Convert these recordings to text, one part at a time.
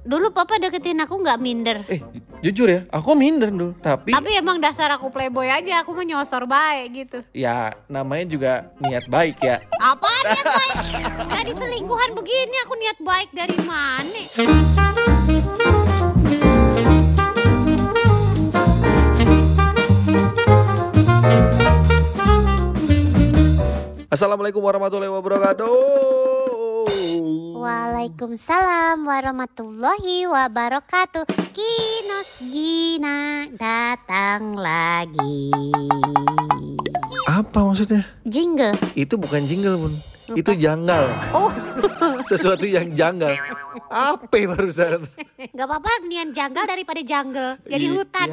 Dulu papa deketin aku nggak minder. Jujur ya, aku minder dulu. Tapi emang dasar aku playboy aja, aku mah nyosor baik gitu. ya namanya juga niat baik ya. Apaan niat baik? Jadi selingkuhan begini aku niat baik dari mana? Assalamualaikum warahmatullahi wabarakatuh. Waalaikumsalam warahmatullahi wabarakatuh. Kinos Gina datang lagi. Apa maksudnya? Jingle. Itu bukan jingle, Bun. Itu janggal. Oh. Sesuatu yang janggal. Apa barusan? Gak apa-apa, mendingan janggal daripada jungle. Jadi hutan.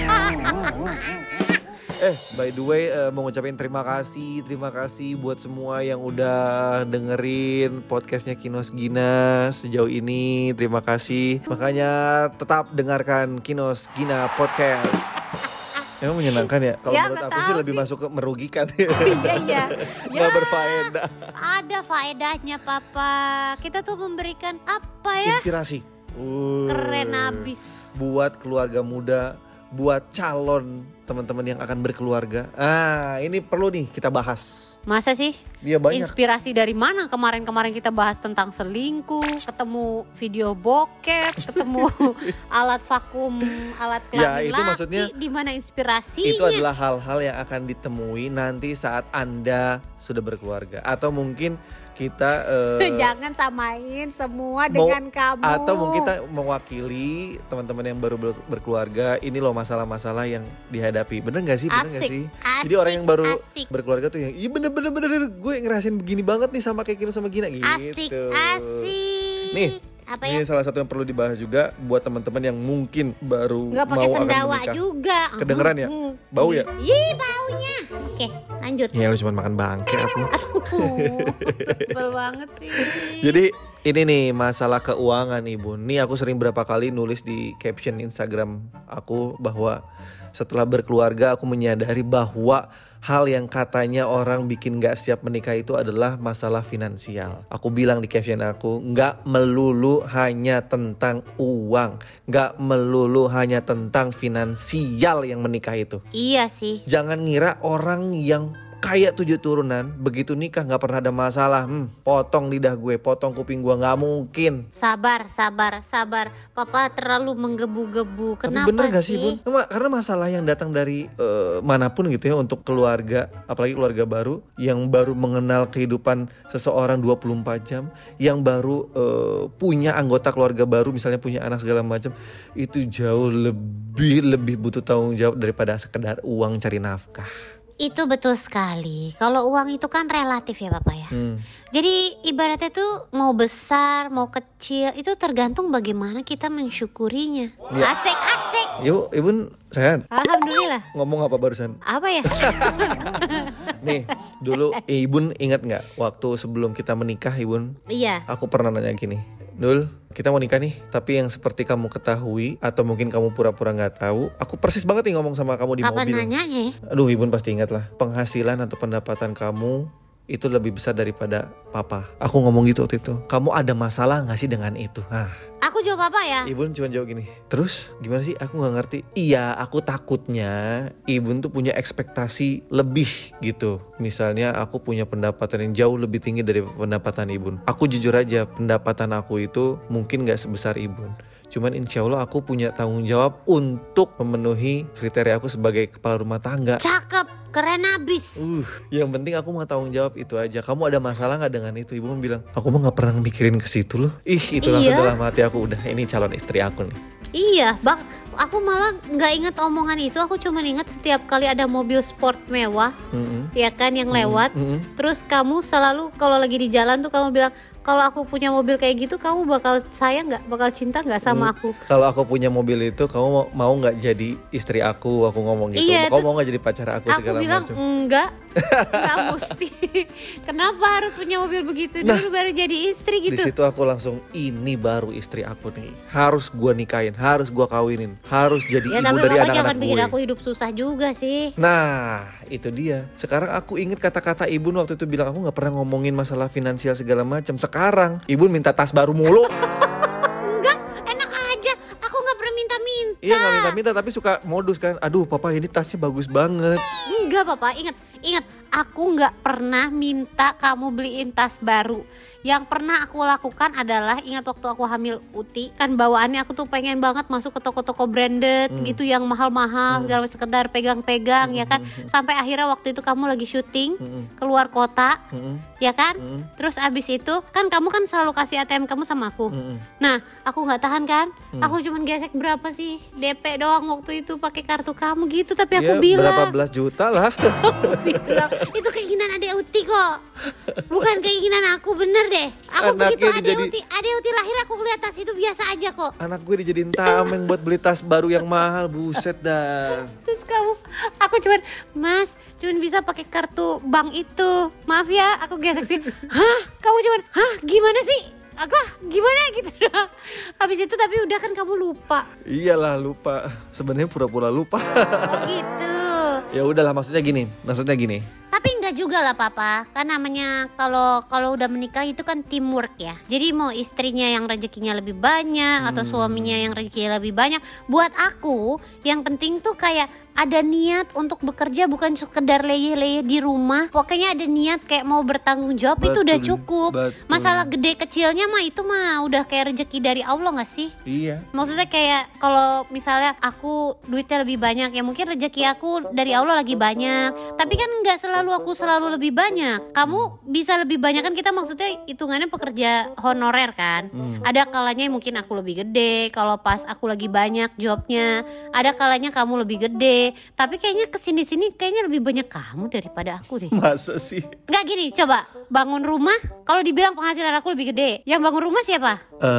By the way, mau ngucapin terima kasih buat semua yang udah dengerin podcastnya Kinos Gina sejauh ini. Terima kasih. Makanya tetap dengarkan Kinos Gina Podcast. Emang menyenangkan ya? Kalau menurut aku sih lebih masuk ke merugikan. Iya. Gak berfaedah. Ada faedahnya, Papa. Kita tuh memberikan apa ya? Inspirasi. Keren abis. Buat keluarga muda, buat calon teman-teman yang akan berkeluarga. Ini perlu nih kita bahas. Masa sih? Iya banyak. Inspirasi dari mana? Kemarin kita bahas tentang selingkuh, ketemu video bokep, ketemu alat vakum, alat kelamin itu maksudnya, di mana inspirasinya? Itu adalah hal-hal yang akan ditemui nanti saat Anda sudah berkeluarga. Atau mungkin kita jangan samain semua dengan kamu. Atau mungkin kita mewakili teman-teman yang baru berkeluarga. Ini loh masalah-masalah yang dihadapi. Bener gak sih? Asik. Jadi orang yang baru berkeluarga tuh yang iya bener gue ngerasain begini banget nih sama kayak Kino sama Gina gitu. Asik. Nih, apa ini ya? salah satu yang perlu dibahas juga buat teman-teman yang mungkin baru nggak mau pakai akan sendawa menikah. juga. Kedengeran ya? Bau ya? Ih, baunya. Oke, lanjut. Ya lu cuma makan bangke aku. Sebel banget sih. Jadi ini nih masalah keuangan Ibu. Nih aku sering berapa kali nulis di caption Instagram aku bahwa setelah berkeluarga aku menyadari bahwa hal yang katanya orang bikin gak siap menikah itu adalah masalah finansial. Aku bilang di caption aku, gak melulu hanya tentang uang, gak melulu hanya tentang finansial yang menikah itu. Iya sih. Jangan ngira orang yang kayak 7 turunan begitu nikah gak pernah ada masalah. Potong lidah gue, potong kuping gue, gak mungkin. Sabar. Papa terlalu menggebu-gebu. Kenapa? Tapi bener gak sih Bun? Karena masalah yang datang dari manapun gitu ya, untuk keluarga, apalagi keluarga baru yang baru mengenal kehidupan seseorang 24 jam, yang baru punya anggota keluarga baru, misalnya punya anak segala macam, itu jauh lebih butuh tanggung jawab daripada sekedar uang cari nafkah. Itu betul sekali. Kalau uang itu kan relatif ya Papa ya. Jadi ibaratnya tuh mau besar, mau kecil, itu tergantung bagaimana kita mensyukurinya. Ya. Asik. Yuk, Ibu sehat? Alhamdulillah. Ngomong apa barusan? Apa ya? Nih, dulu Ibu ingat gak waktu sebelum kita menikah Ibu? Iya. Aku pernah nanya gini, Dul, kita mau nikah nih, tapi yang seperti kamu ketahui atau mungkin kamu pura-pura gak tahu, aku persis banget nih ngomong sama kamu di Kapan mobil. Kapan nanyanya ya? Aduh, Ibu pasti ingat lah, penghasilan atau pendapatan kamu itu lebih besar daripada papa. Aku ngomong gitu waktu itu. Kamu ada masalah gak sih dengan itu? Aku jawab apa ya? Ibu cuma jawab gini, terus gimana sih? Aku gak ngerti. Iya, aku takutnya Ibu tuh punya ekspektasi lebih gitu. Misalnya aku punya pendapatan yang jauh lebih tinggi dari pendapatan Ibu. Aku jujur aja, pendapatan aku itu mungkin gak sebesar Ibu. Cuman insya Allah aku punya tanggung jawab untuk memenuhi kriteria aku sebagai kepala rumah tangga. Cakep, keren abis. Yang penting aku mau tanggung jawab itu aja. Kamu ada masalah gak dengan itu? Ibu bilang, aku mah gak pernah mikirin ke situ loh. Itu langsung dalam hati aku, udah ini calon istri aku nih. Iya, Bang. Aku malah gak ingat omongan itu. Aku cuma ingat setiap kali ada mobil sport mewah, ya kan, yang lewat. Terus kamu selalu kalau lagi di jalan tuh kamu bilang, kalau aku punya mobil kayak gitu, kamu bakal sayang gak? Bakal cinta gak sama aku? Kalau aku punya mobil itu, kamu mau gak jadi istri aku? Aku ngomong gitu. Iya, kamu mau gak jadi pacar aku segala macam? Aku bilang enggak mesti. Kenapa harus punya mobil begitu? Dulu baru jadi istri gitu. Di situ aku langsung, ini baru istri aku nih. Harus gue nikahin, harus gue kawinin, harus jadi ibu dari anak-anak gue. Ya tapi jangan bikin aku hidup susah juga sih. Nah, itu dia. Sekarang aku ingat kata-kata Ibu waktu itu bilang, aku gak pernah ngomongin masalah finansial segala macam. Sekarang Ibu minta tas baru mulu. Enggak, enak Iya nggak minta-minta tapi suka modus kan. Aduh papa ini tasnya bagus banget. Enggak papa, ingat, aku nggak pernah minta kamu beliin tas baru. Yang pernah aku lakukan adalah, ingat waktu aku hamil Uti, kan bawaannya aku tuh pengen banget masuk ke toko-toko branded gitu yang mahal-mahal, segala sekedar pegang-pegang ya kan. Sampai akhirnya waktu itu kamu lagi syuting keluar kota, ya kan. Terus abis itu kan kamu kan selalu kasih ATM kamu sama aku. Nah aku nggak tahan kan, aku cuman gesek berapa sih DP doang waktu itu pakai kartu kamu gitu, tapi aku bilang berapa belas juta lah. bilang itu keinginan adek Uti kok, bukan keinginan aku, bener deh. Aku begitu adek Uti lahir aku lihat tas itu biasa aja kok. Anak gue dijadiin tameng buat beli tas baru yang mahal, buset dah. Terus aku cuman bisa pakai kartu bank itu, maaf ya aku gesek sih. Hah, kamu gimana sih? Aku gimana gitu dong. Habis itu tapi udah kan kamu lupa. Iyalah lupa, sebenarnya pura-pura lupa. Oh gitu. Ya udahlah, maksudnya gini. Tapi enggak juga lah papa, kan namanya kalau udah menikah itu kan teamwork ya. Jadi mau istrinya yang rezekinya lebih banyak atau suaminya yang rezekinya lebih banyak, buat aku yang penting tuh kayak ada niat untuk bekerja, bukan sekedar leyeh-leyeh di rumah. Pokoknya ada niat kayak mau bertanggung jawab, itu udah cukup. Masalah gede kecilnya mah itu mah udah kayak rezeki dari Allah gak sih? Iya. Maksudnya kayak kalau misalnya aku duitnya lebih banyak, ya mungkin rezeki aku dari Allah lagi banyak. Tapi kan gak selalu aku selalu lebih banyak. Kamu bisa lebih banyak kan, kita maksudnya hitungannya pekerja honorer kan. Ada kalanya mungkin aku lebih gede kalau pas aku lagi banyak jobnya. Ada kalanya kamu lebih gede. Tapi kayaknya kesini-sini kayaknya lebih banyak kamu daripada aku deh. Masa sih? Nggak gini, coba bangun rumah. Kalau dibilang penghasilan aku lebih gede, yang bangun rumah siapa?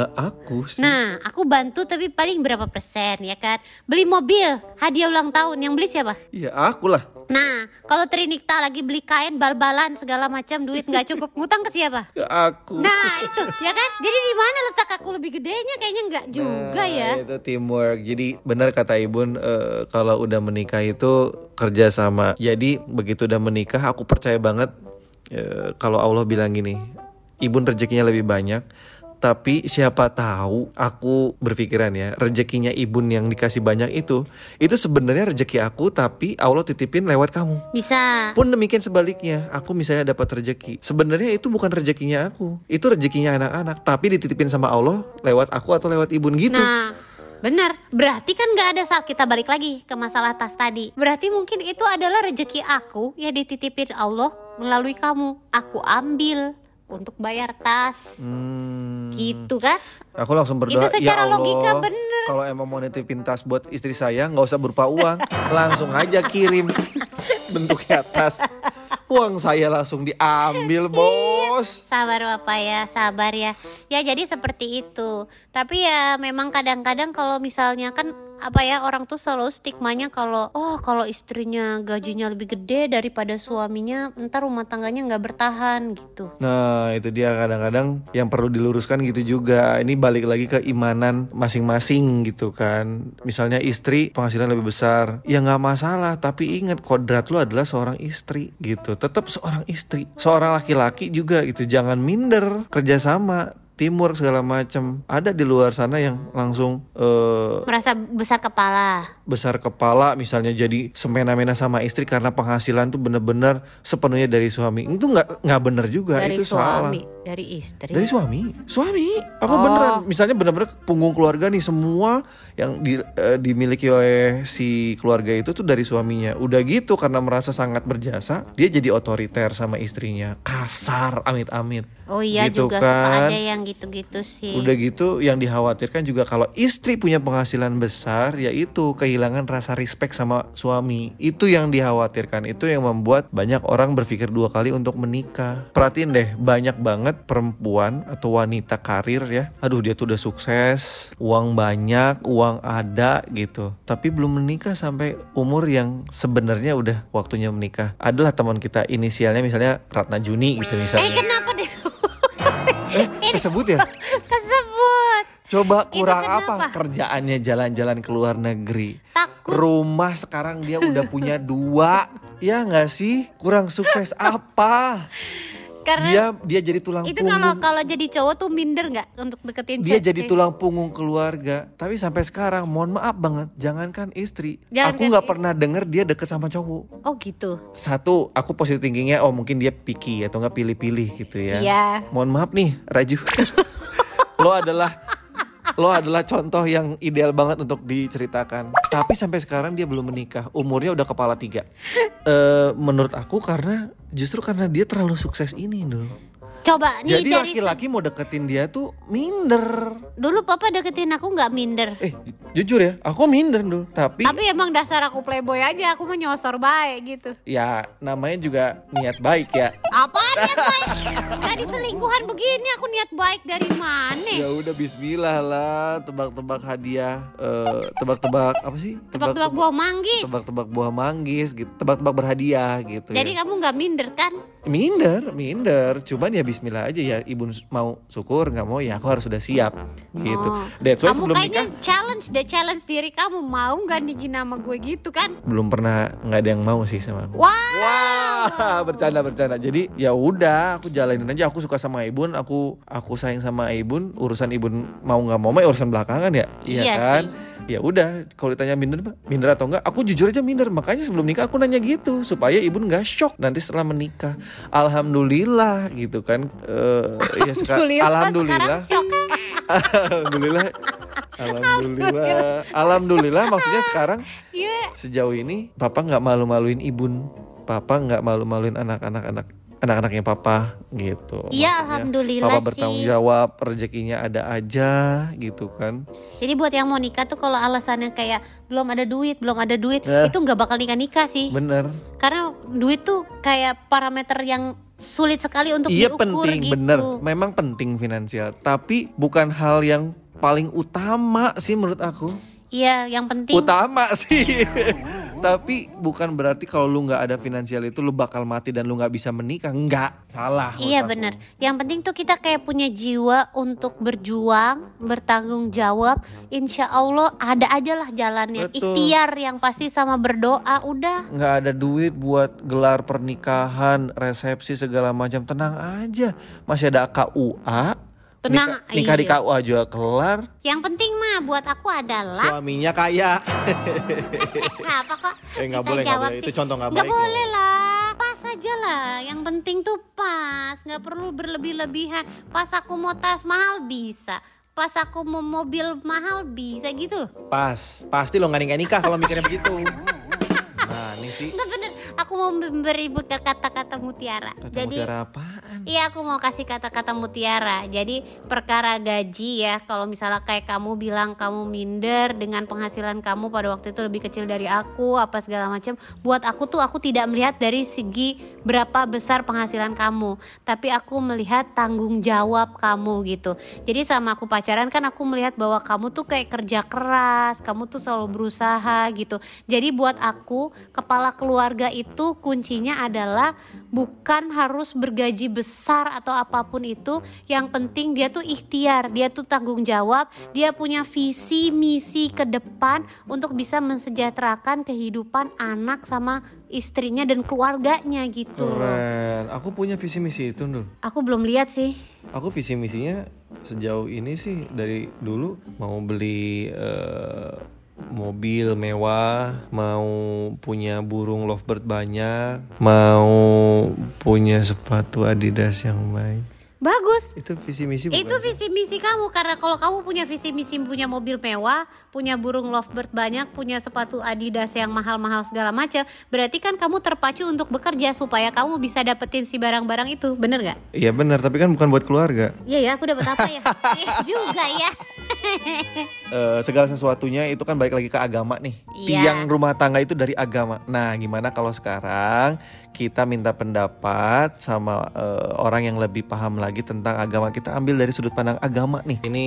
Aku sih. Nah, aku bantu tapi paling berapa persen ya kan. Beli mobil, hadiah ulang tahun, yang beli siapa? Iya aku lah. Nah, kalau Trinikta lagi beli kain, bal-balan segala macam, duit nggak cukup, ngutang ke siapa? Ke aku. Nah itu, ya kan? Jadi di mana letak aku lebih gedenya? Kayaknya nggak juga ya. Itu teamwork. Jadi benar kata Ibun, kalau udah menikah itu kerja sama. Jadi begitu udah menikah, aku percaya banget kalau Allah bilang gini, Ibun rezekinya lebih banyak. Tapi siapa tahu, aku berpikiran ya, rezekinya Ibun yang dikasih banyak itu sebenarnya rezeki aku, tapi Allah titipin lewat kamu. Bisa. Pun demikian sebaliknya, aku misalnya dapat rezeki, sebenarnya itu bukan rezekinya aku, itu rezekinya anak-anak, tapi dititipin sama Allah lewat aku atau lewat Ibun gitu. Nah, benar. Berarti kan gak ada saat kita balik lagi ke masalah tas tadi. Berarti mungkin itu adalah rezeki aku yang dititipin Allah melalui kamu. Aku ambil untuk bayar tas. Gitu kan? Aku langsung berdoa, itu secara ya Allah, logika bener. Kalau emang mau nitipin tas buat istri saya, gak usah berupa uang, langsung aja kirim bentuknya tas. Uang saya langsung diambil, bos. Sabar Bapak ya, sabar ya. Ya jadi seperti itu. Tapi ya memang kadang-kadang kalau misalnya kan orang tuh selalu stigmanya kalau istrinya gajinya lebih gede daripada suaminya, ntar rumah tangganya nggak bertahan gitu. Nah itu dia, kadang-kadang yang perlu diluruskan gitu juga. Ini balik lagi ke imanan masing-masing gitu kan. Misalnya istri penghasilan lebih besar, ya nggak masalah, tapi ingat kodrat lu adalah seorang istri gitu. Tetap seorang istri, seorang laki-laki juga gitu. Jangan minder, kerjasama, teamwork segala macam. Ada di luar sana yang langsung merasa besar kepala misalnya jadi semena-mena sama istri karena penghasilan tuh bener-bener sepenuhnya dari suami. Itu nggak bener juga, dari itu suami, salah. Dari istri. Dari suami. Aku beneran, misalnya bener-bener punggung keluarga nih, semua yang dimiliki oleh si keluarga itu tuh dari suaminya. Udah gitu karena merasa sangat berjasa, dia jadi otoriter sama istrinya, kasar, amit-amit. Oh iya gitu juga kan. Suka ada yang gitu-gitu sih. Udah gitu yang dikhawatirkan juga kalau istri punya penghasilan besar, yaitu kehilangan rasa respect sama suami. Itu yang dikhawatirkan, itu yang membuat banyak orang berpikir dua kali untuk menikah. Perhatiin deh, banyak banget perempuan atau wanita karir ya, aduh dia tuh udah sukses, uang banyak, uang ada gitu, tapi belum menikah sampai umur yang sebenarnya udah waktunya menikah. Adalah teman kita inisialnya misalnya Ratna Juni gitu misalnya. Kenapa deh? Kesebut ya? Kesebut. Coba kurang apa? Kerjaannya jalan-jalan ke luar negeri. Takut. Rumah sekarang dia udah punya 2. Ya gak sih? Kurang sukses apa? Karena dia jadi tulang itu punggung. kalau jadi cowok tuh minder nggak untuk deketin Dia cewek? jadi tulang punggung keluarga. Tapi sampai sekarang mohon maaf banget, jangankan istri. Jangankan aku nggak istri. pernah denger dia deket sama cowok. Oh gitu. Satu, aku positive thinkingnya mungkin dia picky atau nggak pilih-pilih gitu ya. Iya. Mohon maaf nih Raju. Lo adalah contoh yang ideal banget untuk diceritakan. Tapi sampai sekarang dia belum menikah. Umurnya udah kepala 3. Menurut aku justru karena dia terlalu sukses ini Nul. Coba nih Jadi dari laki-laki mau deketin dia tuh minder. dulu papa deketin aku nggak minder. Jujur ya, aku minder Nul. Tapi emang dasar aku playboy aja, aku mah nyosor baik gitu. ya namanya juga niat baik ya. Apa niat baik? Jadi selingkuhan begini aku niat baik dari mana? Ya udah bismillah lah, tebak-tebak hadiah, tebak-tebak apa sih? Tebak-tebak buah manggis. Tebak-tebak buah manggis gitu, tebak-tebak berhadiah gitu. Jadi ya. kamu nggak minder kan? Minder. Cuman ya bismillah aja ya, ibu mau syukur, nggak mau ya aku harus sudah siap gitu. That's why Kamu sebelum kayaknya nikah challenge diri kamu, mau nggak nih nama gue gitu kan? belum pernah, nggak ada yang mau sih sama aku. Wah. Bercanda. Jadi ya udah aku jalanin aja. Aku suka sama Ibun, aku sayang sama Ibun. Urusan Ibun mau nggak mau ya urusan belakangan ya. Iya kan? Sih. Ya udah, kalau ditanya minder atau enggak, aku jujur aja minder. Makanya sebelum nikah aku nanya gitu supaya Ibun nggak shock nanti setelah menikah. Alhamdulillah gitu kan. Alhamdulillah. Sekarang shock. Alhamdulillah maksudnya sekarang Iya. sejauh ini papa nggak malu-maluin Ibun, papa nggak malu-maluin anak-anaknya papa gitu. Iya, Maksudnya, alhamdulillah papa sih. bertanggung jawab, rezekinya ada aja gitu kan. Jadi buat yang mau nikah tuh kalau alasannya kayak belum ada duit, itu nggak bakal nikah sih. Bener. Karena duit tuh kayak parameter yang sulit sekali untuk Iya diukur penting, gitu. bener. Memang penting finansial, tapi bukan hal yang paling utama sih menurut aku. Iya, yang penting Utama sih. Tapi bukan berarti kalau lu nggak ada finansial itu lu bakal mati dan lu nggak bisa menikah. Enggak, salah. Iya menurut aku. benar. Yang penting tuh kita kayak punya jiwa untuk berjuang, bertanggung jawab. Insya Allah ada aja lah jalannya. Betul. Ikhtiar yang pasti sama berdoa udah. Nggak ada duit buat gelar pernikahan, resepsi segala macam. Tenang aja, masih ada KUA. Tenang, nikah di iya. KUA juga kelar. Yang penting mah buat aku adalah Suaminya kaya. apa kok nggak bisa boleh, nggak jawab boleh. sih? Itu contoh nggak Nggak baik boleh lah, pas aja lah. Yang penting tuh pas, nggak perlu berlebih-lebihan. Pas aku mau tas mahal bisa, pas aku mau mobil mahal bisa gitu loh. Pasti lo nggak nikah kalau mikirnya begitu. Nah ini sih. Nggak bener, aku mau memberi kata-kata mutiara. Kata mutiara apaan? Iya, aku mau kasih kata-kata mutiara. Jadi perkara gaji ya, kalau misalnya kayak kamu bilang kamu minder dengan penghasilan kamu pada waktu itu lebih kecil dari aku, apa segala macam. Buat aku tuh aku tidak melihat dari segi berapa besar penghasilan kamu, tapi aku melihat tanggung jawab kamu gitu. Jadi sama aku pacaran kan aku melihat bahwa kamu tuh kayak kerja keras, kamu tuh selalu berusaha gitu. Jadi buat aku, kepala keluarga itu kuncinya adalah bukan harus bergaji besar atau apapun itu. Yang penting dia tuh ikhtiar, dia tuh tanggung jawab, dia punya visi misi ke depan untuk bisa mensejahterakan kehidupan anak sama istrinya dan keluarganya gitu. Keren. Aku punya visi misi itu Nur. Aku belum lihat sih. Aku visi misinya sejauh ini sih dari dulu mau beli mobil mewah, mau punya burung lovebird banyak, mau punya sepatu Adidas yang baik. Bagus. Itu visi misi bukan? Itu visi misi kamu, karena kalau kamu punya visi misi punya mobil mewah, punya burung lovebird banyak, punya sepatu Adidas yang mahal-mahal segala macam, berarti kan kamu terpacu untuk bekerja supaya kamu bisa dapetin si barang-barang itu, bener gak? Iya benar, tapi kan bukan buat keluarga. Iya ya, aku dapat apa ya? Iya juga ya. Segala sesuatunya itu kan balik lagi ke agama nih. Iya. Tiang rumah tangga itu dari agama. Nah, gimana kalau sekarang kita minta pendapat sama orang yang lebih paham lagi tentang agama. Kita ambil dari sudut pandang agama nih. Ini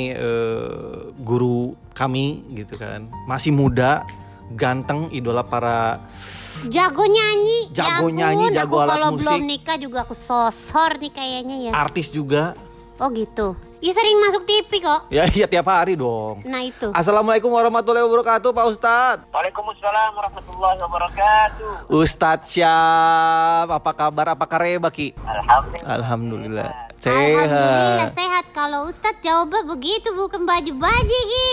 guru kami gitu kan. Masih muda, ganteng, idola para Jago nyanyi. Jago Ya nyanyi, ampun, jago aku alat kalau musik. belum nikah juga aku sosor nih kayaknya ya. artis juga. Oh gitu. Ya sering masuk TV kok. Ya iya tiap hari dong. Nah itu. Assalamualaikum warahmatullahi wabarakatuh Pak Ustadz. Waalaikumsalam warahmatullahi wabarakatuh. Ustadz Syam, apa kabar? Apa kareba Ki? Alhamdulillah. Alhamdulillah sehat. Kalau Ustadz jawabnya begitu, bukan baju-baju Ki.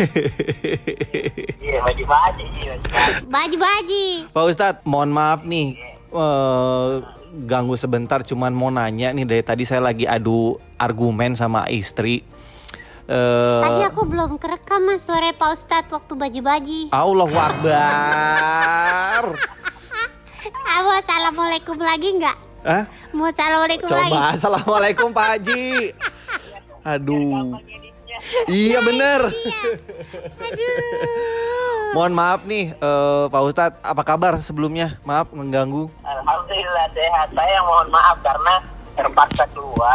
Iya baju-baju. Baju-baju. Pak Ustadz, mohon maaf nih, ganggu sebentar, cuman mau nanya nih, dari tadi saya lagi adu argumen sama istri. Tadi aku belum kerekam Mas suara Pak Ustadz waktu baju-baju. Allahu Akbar. Mau assalamualaikum lagi nggak? Hah? Mau assalamualaikum lagi? Coba assalamualaikum Pak Haji. Aduh. Iya bener. Aduh. Mohon maaf nih Pak Ustadz, apa kabar sebelumnya? Maaf mengganggu. Alhamdulillah sehat. Saya mohon maaf karena terpaksa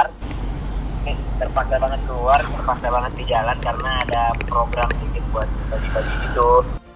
banget di jalan karena ada program sedikit buat bagi-bagi gitu.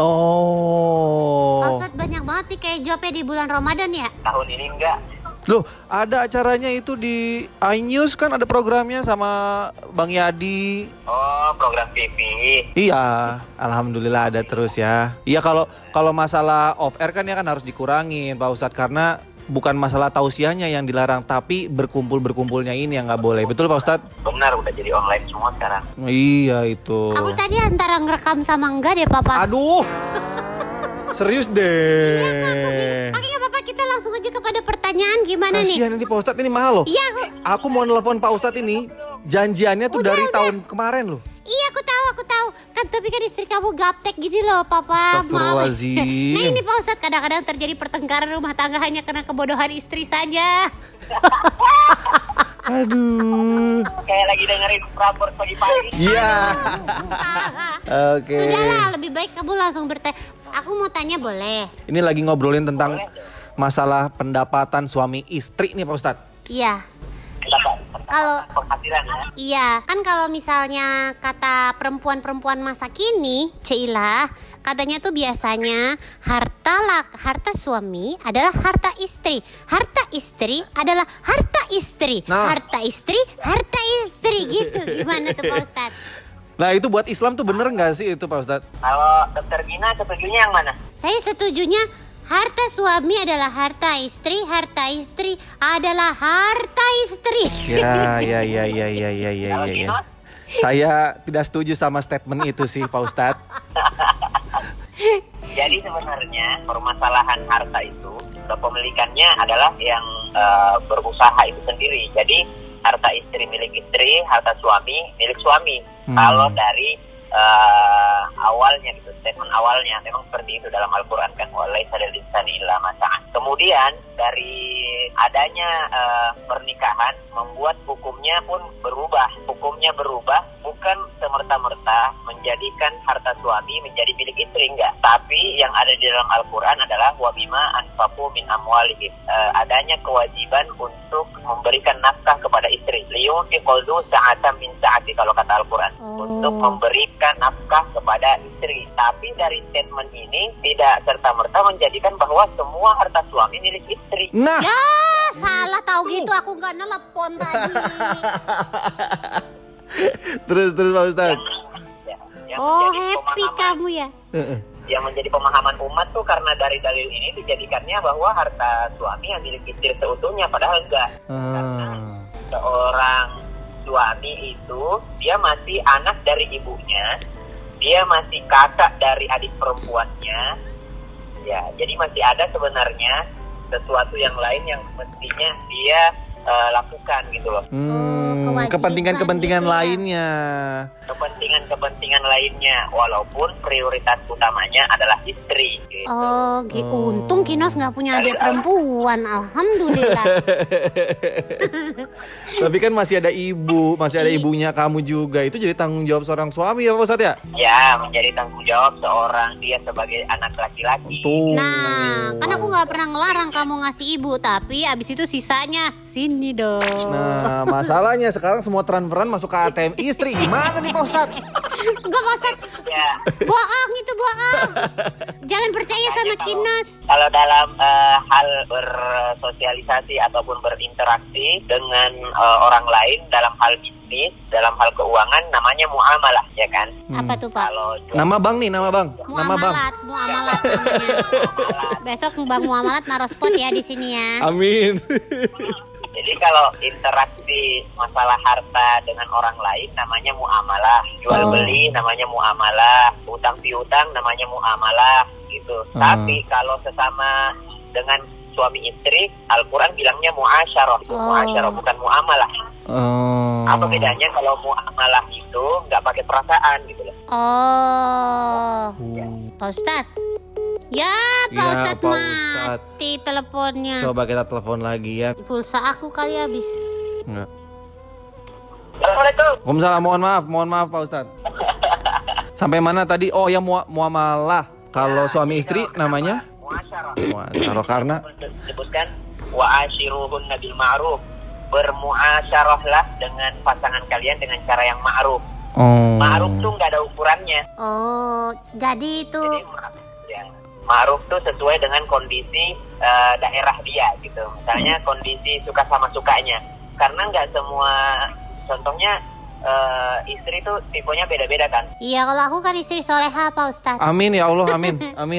Oh. Pak Ustadz banyak banget nih kayak jobnya di bulan Ramadan ya? Tahun ini enggak. Loh, ada acaranya itu di iNews kan, ada programnya sama Bang Yadi. Oh, program TV. Iya, alhamdulillah ada terus ya. Iya, kalau masalah off air kan ya kan harus dikurangin Pak Ustadz, karena bukan masalah tausiahnya yang dilarang, tapi berkumpulnya ini yang nggak boleh. Betul Pak Ustadz? Benar, udah jadi online semua sekarang. Iya itu. Aku tadi antara ngerekam sama enggak deh Papa. Aduh, serius deh. Oke nggak apa-apa, kita langsung aja kepada pertanyaan gimana nih? Kasihan ini Pak Ustadz ini mahal loh. Iya Aku mau nelfon Pak Ustadz ini, janjiannya tuh dari tahun kemarin loh. Iya aku tahu kan, tapi kan istri kamu gaptek gitu loh Papa. Astagfirullahaladzim. Nah ini Pak Ustadz, kadang-kadang terjadi pertengkaran rumah tangga hanya karena kebodohan istri saja. Aduh. Kayak lagi dengerin rapor pagi-pagi. Iya. Oke. Sudahlah, lebih baik kamu langsung bertanya. Aku mau tanya boleh? Ini lagi ngobrolin tentang masalah pendapatan suami istri nih Pak Ustadz. Iya. Kalau penghasilan ya. iya, kan kalau misalnya kata perempuan-perempuan masa kini, Ceilah, katanya tuh biasanya harta suami adalah harta istri. Harta istri adalah harta istri. Nah. Harta istri gitu. Gimana tuh Pak Ustadz? Nah itu buat Islam tuh bener nggak sih itu Pak Ustadz? Kalau Dokter Gina setujunya yang mana? Saya setujunya harta suami adalah harta istri adalah harta istri. Ya. Kalau Gino? Saya tidak setuju sama statement itu sih Pak Ustadz. Jadi sebenarnya permasalahan harta itu, kepemilikannya adalah yang berusaha itu sendiri. Jadi harta istri milik istri, harta suami milik suami. Kalau dari awalnya gitu, statement awalnya memang seperti itu dalam Al-Quran kan, walaisa lil insani illa ma sa'a. Kemudian dari adanya pernikahan membuat hukumnya pun berubah. Hukumnya berubah bukan semerta-merta menjadikan harta suami menjadi milik istri, enggak. Tapi yang ada di dalam Al-Quran adalah wabima anfaqu min amwalihim. Adanya kewajiban untuk memberikan nafkah kepada istri. Liyunfiqu dzu sa'atan min sa'ati kalau kata Al-Quran. Untuk memberikan nafkah kepada istri. Tapi dari statement ini tidak serta-merta menjadikan bahwa semua harta suami milik istri. Nah. Ya salah tahu gitu, aku nggak nelpon tadi. terus Pak Ustadz. Oh happy kamu ya. Yang menjadi pemahaman umat tuh karena dari dalil ini dijadikannya bahwa harta suami yang milik istri seutuhnya, padahal enggak. Karena seorang suami itu dia masih anak dari ibunya, dia masih kakak dari adik perempuannya, ya jadi masih ada sebenarnya sesuatu yang lain yang mestinya dia lakukan gitu loh. Kepentingan-kepentingan gitu ya. lainnya. Kepentingan lainnya, walaupun prioritas utamanya adalah istri. Gitu. Oh, untung Kinos nggak punya adik perempuan, alhamdulillah. Tapi kan masih ada ibu, masih ada ibunya kamu juga. Itu jadi tanggung jawab seorang suami ya Pak Ustadz ya? Ya, menjadi tanggung jawab seorang dia sebagai anak laki-laki. Tuh. Nah, kan aku nggak pernah ngelarang kamu ngasih ibu, tapi abis itu sisanya sini dong. Nah, masalahnya sekarang semua transferan masuk ke ATM istri. Gimana nih Pak Ustadz? Enggak Pak Ustadz. Ya. Bohong itu bohong. Jangan percaya sama Kinos. Kalau dalam hal bersosialisasi ataupun berinteraksi dengan orang lain dalam hal bisnis bisnis, dalam hal keuangan namanya muamalah, ya kan? Apa tuh Pak? Kalau Nama bang nih, nama bang. Muamalat namanya. Besok Bang Muamalat naruh spot ya di sini ya. Amin. Jadi kalau interaksi masalah harta dengan orang lain namanya muamalah, jual beli namanya muamalah, utang piutang namanya muamalah gitu. Tapi kalau sesama dengan suami istri, Al-Quran bilangnya muasyarah, muasyarah bukan muamalah. Apa bedanya kalau muamalah itu nggak pakai perasaan gitu loh? Pak Ustadz. Ya, Pak Ustadz mati teleponnya. Coba kita telepon lagi ya. Pulsa aku kali habis. Enggak. Assalamualaikum. Waalaikumsalam, mohon maaf Pak Ustadz. Sampai mana tadi? Oh ya, muamalah. Kalau suami istri namanya? Muasyarah. Karena disebutkan wa ashiruhunna bil ma'ruf. Bermuasyarahlah dengan pasangan kalian dengan cara yang ma'ruf. Ma'ruf tuh nggak ada ukurannya. Jadi itu. Ma'ruf tuh sesuai dengan kondisi daerah dia gitu. Misalnya kondisi suka sama sukanya. Karena nggak semua, contohnya istri tuh tipenya beda-beda kan. Iya, kalau aku kan istri soleha Pak Ustadz. Amin ya Allah, amin.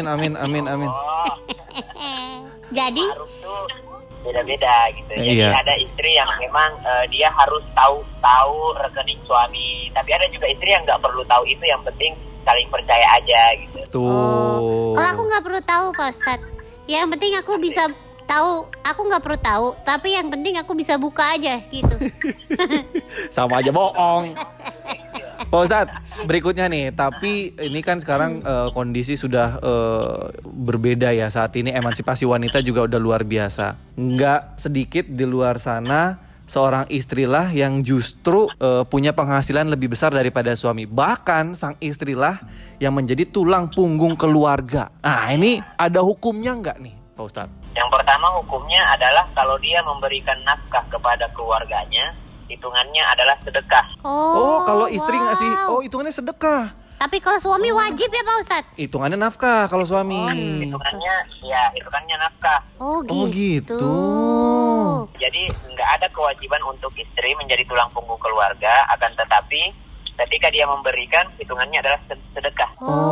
Jadi Ma'ruf tuh beda-beda gitu. Jadi ada istri yang memang dia harus tahu rekening suami. Tapi ada juga istri yang nggak perlu tahu itu, yang penting saling percaya aja gitu. Kalau aku nggak perlu tahu Pak Ustadz. Yang penting aku bisa tahu. Aku nggak perlu tahu. Tapi yang penting aku bisa buka aja gitu. Sama aja bohong. Pak Ustadz, berikutnya nih. Tapi ini kan sekarang kondisi sudah berbeda ya. Saat ini emansipasi wanita juga udah luar biasa. Nggak sedikit di luar sana seorang istrilah yang justru punya penghasilan lebih besar daripada suami. Bahkan sang istrilah yang menjadi tulang punggung keluarga. Nah, ini ada hukumnya nggak nih Pak Ustadz? Yang pertama hukumnya adalah kalau dia memberikan nafkah kepada keluarganya, hitungannya adalah sedekah. Kalau istri ngasih, hitungannya sedekah. Tapi kalau suami wajib ya Pak Ustadz? Hitungannya nafkah kalau suami. Hitungannya nafkah. Gitu. Jadi nggak ada kewajiban untuk istri menjadi tulang punggung keluarga, akan tetapi ketika dia memberikan, hitungannya adalah sedekah.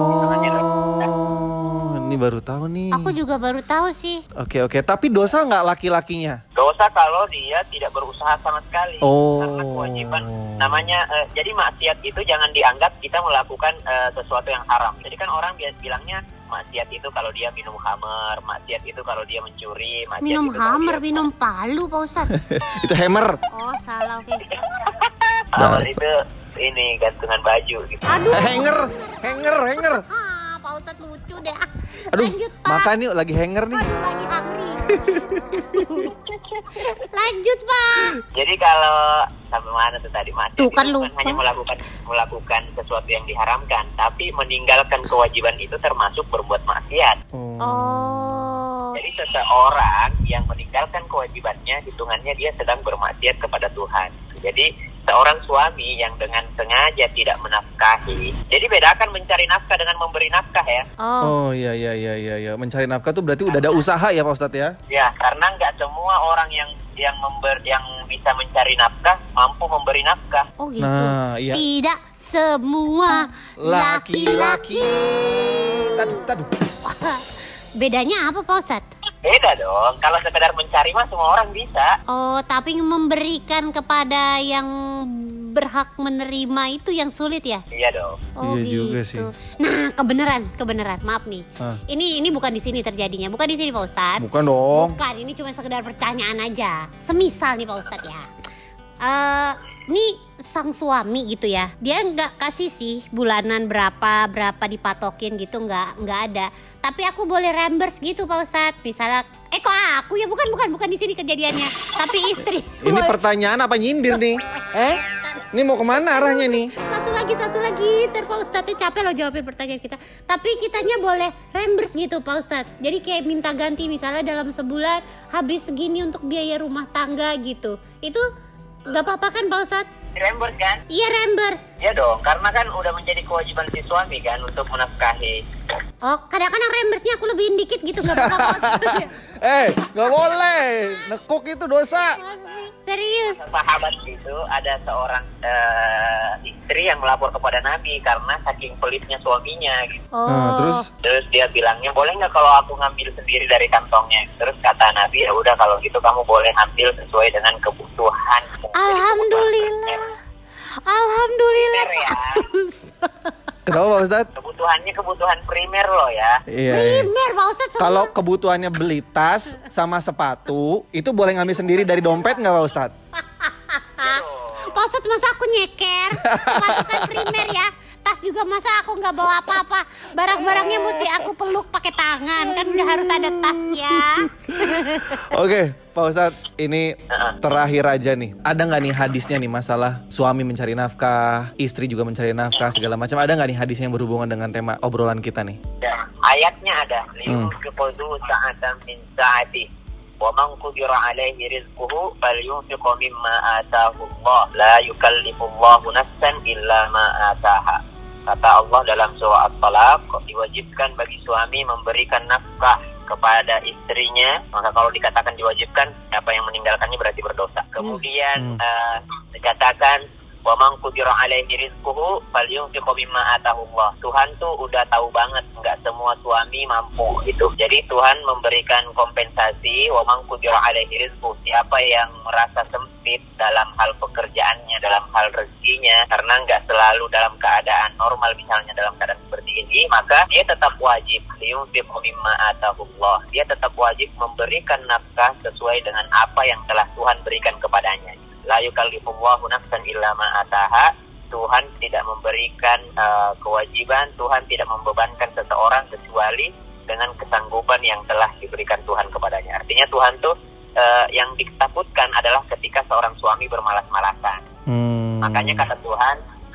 Ini baru tahu nih. Aku juga baru tahu sih. Oke. Tapi dosa nggak laki-lakinya? Dosa kalau dia tidak berusaha sama sekali. Karena kewajiban namanya. Jadi maksiat itu jangan dianggap kita melakukan sesuatu yang haram. Jadi kan orang bilangnya maksiat itu kalau dia minum khamar, maksiat itu kalau dia mencuri, minum khamar, minum palu Pak Ustadz. Itu hammer. Oh salah, oke. Khamar itu ini gantungan baju gitu. Aduh. Hanger. Pak Ustadz lucu deh. Aduh, lanjut Pak. makan yuk, lagi hanger nih. Aduh, lagi hungry. Lanjut Pak. Jadi kalau sampai mana tuh tadi maksiat Tuh, kan itu lupa. bukan hanya melakukan sesuatu yang diharamkan, tapi meninggalkan kewajiban itu termasuk berbuat maksiat. Jadi seseorang yang meninggalkan kewajibannya, hitungannya dia sedang bermaksiat kepada Tuhan. Jadi seorang suami yang dengan sengaja tidak menafkahi. Jadi bedakan mencari nafkah dengan memberi nafkah ya. Iya. Mencari nafkah tuh berarti udah ada usaha ya Pak Ustadz ya? Ya, karena nggak semua orang yang bisa mencari nafkah mampu memberi nafkah. Oh gitu. Nah, iya. Tidak semua laki-laki. Tadu. Bedanya apa Pak Ustadz? Beda dong. Kalau sekedar mencari mah semua orang bisa. Tapi memberikan kepada yang berhak menerima itu yang sulit ya? Iya dong. Iya gitu. juga sih. Nah, kebenaran. Maaf nih. Ini bukan di sini terjadinya. Bukan di sini Pak Ustadz. Bukan dong. Bukan, ini cuma sekedar pertanyaan aja. Semisal nih Pak Ustadz ya. Ini sang suami gitu ya. Dia nggak kasih sih bulanan berapa dipatokin gitu, nggak ada. Tapi aku boleh reimburse gitu Pak Ustadz. Misalnya kok aku ya bukan di sini kejadiannya. Tapi istri. Ini pertanyaan apa nyindir nih? Ini mau kemana arahnya nih? Satu lagi. Ntar Pak Ustadznya capek loh jawabin pertanyaan kita. Tapi kitanya boleh reimburse gitu Pak Ustadz. Jadi kayak minta ganti misalnya dalam sebulan habis segini untuk biaya rumah tangga gitu. Itu gak apa-apa kan Pak Ustadz? Reimburse kan? Iya reimburse. Iya dong, karena kan udah menjadi kewajiban si suami kan untuk menafkahi. Kadang-kadang reimburse-nya aku lebihin dikit gitu, gak apa-apa Pak Ustadz. Gak boleh. Nekuk itu dosa. Masih. Serius? Sahabat itu ada seorang istri yang melapor kepada Nabi karena saking pelitnya suaminya gitu. Terus dia bilangnya, boleh nggak kalau aku ngambil sendiri dari kantongnya? Terus kata Nabi, ya udah kalau gitu kamu boleh ambil sesuai dengan kebutuhan. Alhamdulillah ya. Kenapa Pak Ustadz? Kebutuhannya kebutuhan primer loh ya. Iya. Primer Pak Ustadz. Kalau kebutuhannya beli tas sama sepatu, itu boleh ngambil sendiri dari dompet nggak Pak Ustadz? Pak Ustadz, masa aku nyeker? Sepatu kan primer ya. Tas juga masa aku nggak bawa apa-apa. Barang-barangnya mesti aku peluk pakai tangan. Kan udah harus ada tas ya. Oke, Pak Ustadz, ini terakhir aja nih. Ada nggak nih hadisnya nih masalah suami mencari nafkah, istri juga mencari nafkah, segala macam. Ada nggak nih hadisnya yang berhubungan dengan tema obrolan kita nih? Ya, ayatnya ada. Liyunfiqu sa'atan min sa'ati. Wa man qudira 'alaihi rizquhu falyunfiq mimma ataahu Allah. La yukallifullahu nafsan illa ma ataaha. Kata Allah dalam surah At-Talaq, diwajibkan bagi suami memberikan nafkah kepada istrinya. Maka kalau dikatakan diwajibkan, apa yang meninggalkannya berarti berdosa. Kemudian dikatakan wa man qudira 'alaihi rizquhu falyunfiq mimma ataahu Allah. Tuhan tuh udah tahu banget enggak semua suami mampu gitu. Jadi Tuhan memberikan kompensasi wa man qudira 'alaihi rizquhu. Siapa yang merasa sempit dalam hal pekerjaannya, dalam hal rezekinya, karena enggak selalu dalam keadaan normal, misalnya dalam keadaan seperti ini, maka dia tetap wajib liyunfiq mimma ataahu Allah. Dia tetap wajib memberikan nafkah sesuai dengan apa yang telah Tuhan berikan kepadanya. La yukallifullahu nafsan illa ma ataha. Tuhan tidak memberikan kewajiban, Tuhan tidak membebankan seseorang kecuali dengan kesanggupan yang telah diberikan Tuhan kepadanya. Artinya Tuhan tuh yang ditakutkan adalah ketika seorang suami bermalas-malasan. Makanya kata Tuhan,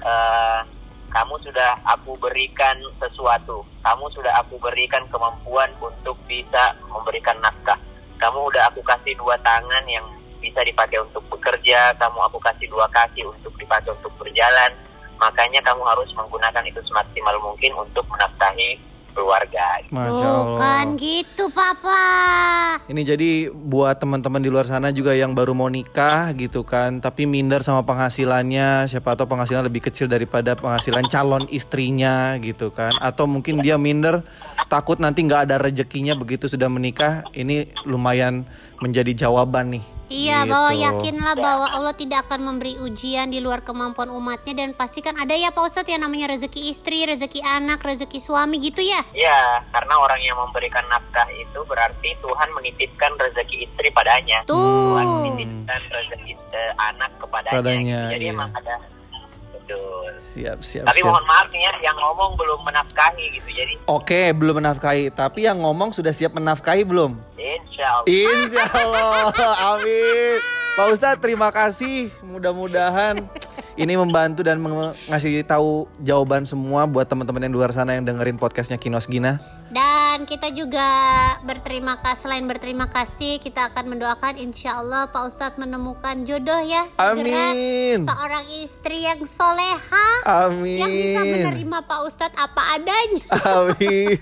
kamu sudah aku berikan sesuatu, kamu sudah aku berikan kemampuan untuk bisa memberikan nafkah. Kamu udah aku kasih 2 tangan yang bisa dipakai untuk bekerja, kamu aku kasih 2 kaki untuk dipakai untuk berjalan. Makanya kamu harus menggunakan itu semaksimal mungkin untuk menafkahi keluarga. Masya Allah. Bukan gitu Papa. Ini jadi buat teman-teman di luar sana juga yang baru mau nikah gitu kan, tapi minder sama penghasilannya, siapa tahu penghasilan lebih kecil daripada penghasilan calon istrinya gitu kan. Atau mungkin dia minder takut nanti gak ada rezekinya begitu sudah menikah. Ini lumayan menjadi jawaban nih. Iya, gitu. bahwa yakinlah bahwa Allah tidak akan memberi ujian di luar kemampuan umatnya. Dan pasti kan ada ya Pak Ustadz yang namanya rezeki istri, rezeki anak, rezeki suami gitu ya. Iya, karena orang yang memberikan nafkah itu berarti Tuhan menitipkan rezeki istri padanya. Tuhan menitipkan rezeki anak kepadanya. Gitu. Jadi emang ada. Betul. Siap. Tapi mohon maaf nih ya, yang ngomong belum menafkahi gitu. Jadi Oke, belum menafkahi. Tapi yang ngomong sudah siap menafkahi belum? Insya Allah. Amin. Pak Ustadz, terima kasih. Mudah-mudahan ini membantu dan ngasih tahu jawaban semua buat teman-teman yang di luar sana yang dengerin podcastnya Kinos Gina. Dan kita juga berterima kasih. Selain berterima kasih, kita akan mendoakan insya Allah Pak Ustadz menemukan jodoh ya segera. Amin. Seorang istri yang soleha. Amin. Yang bisa menerima Pak Ustadz apa adanya. Amin.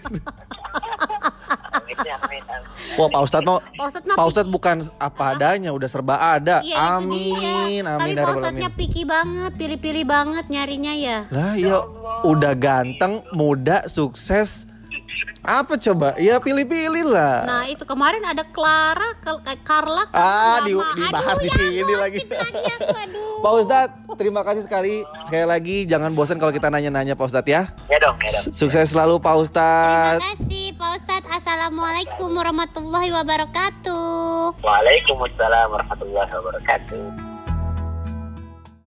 Wah, Pak Ustadz bukan apa adanya, udah serba ada. Ya, amin. Tapi Pak Ustadznya picky banget, pilih-pilih banget nyarinya ya. Lah, yuk, udah ganteng, muda, sukses. Apa coba? Ya pilih-pilih lah. Nah itu kemarin ada Carla dibahas di sini lagi. Pak Ustadz, terima kasih sekali lagi. Jangan bosan kalau kita nanya-nanya Pak Ustadz ya. Ya dong. Sukses selalu Pak Ustadz. Terima kasih Pak Ustadz. Assalamualaikum warahmatullahi wabarakatuh. Waalaikumsalam warahmatullahi wabarakatuh.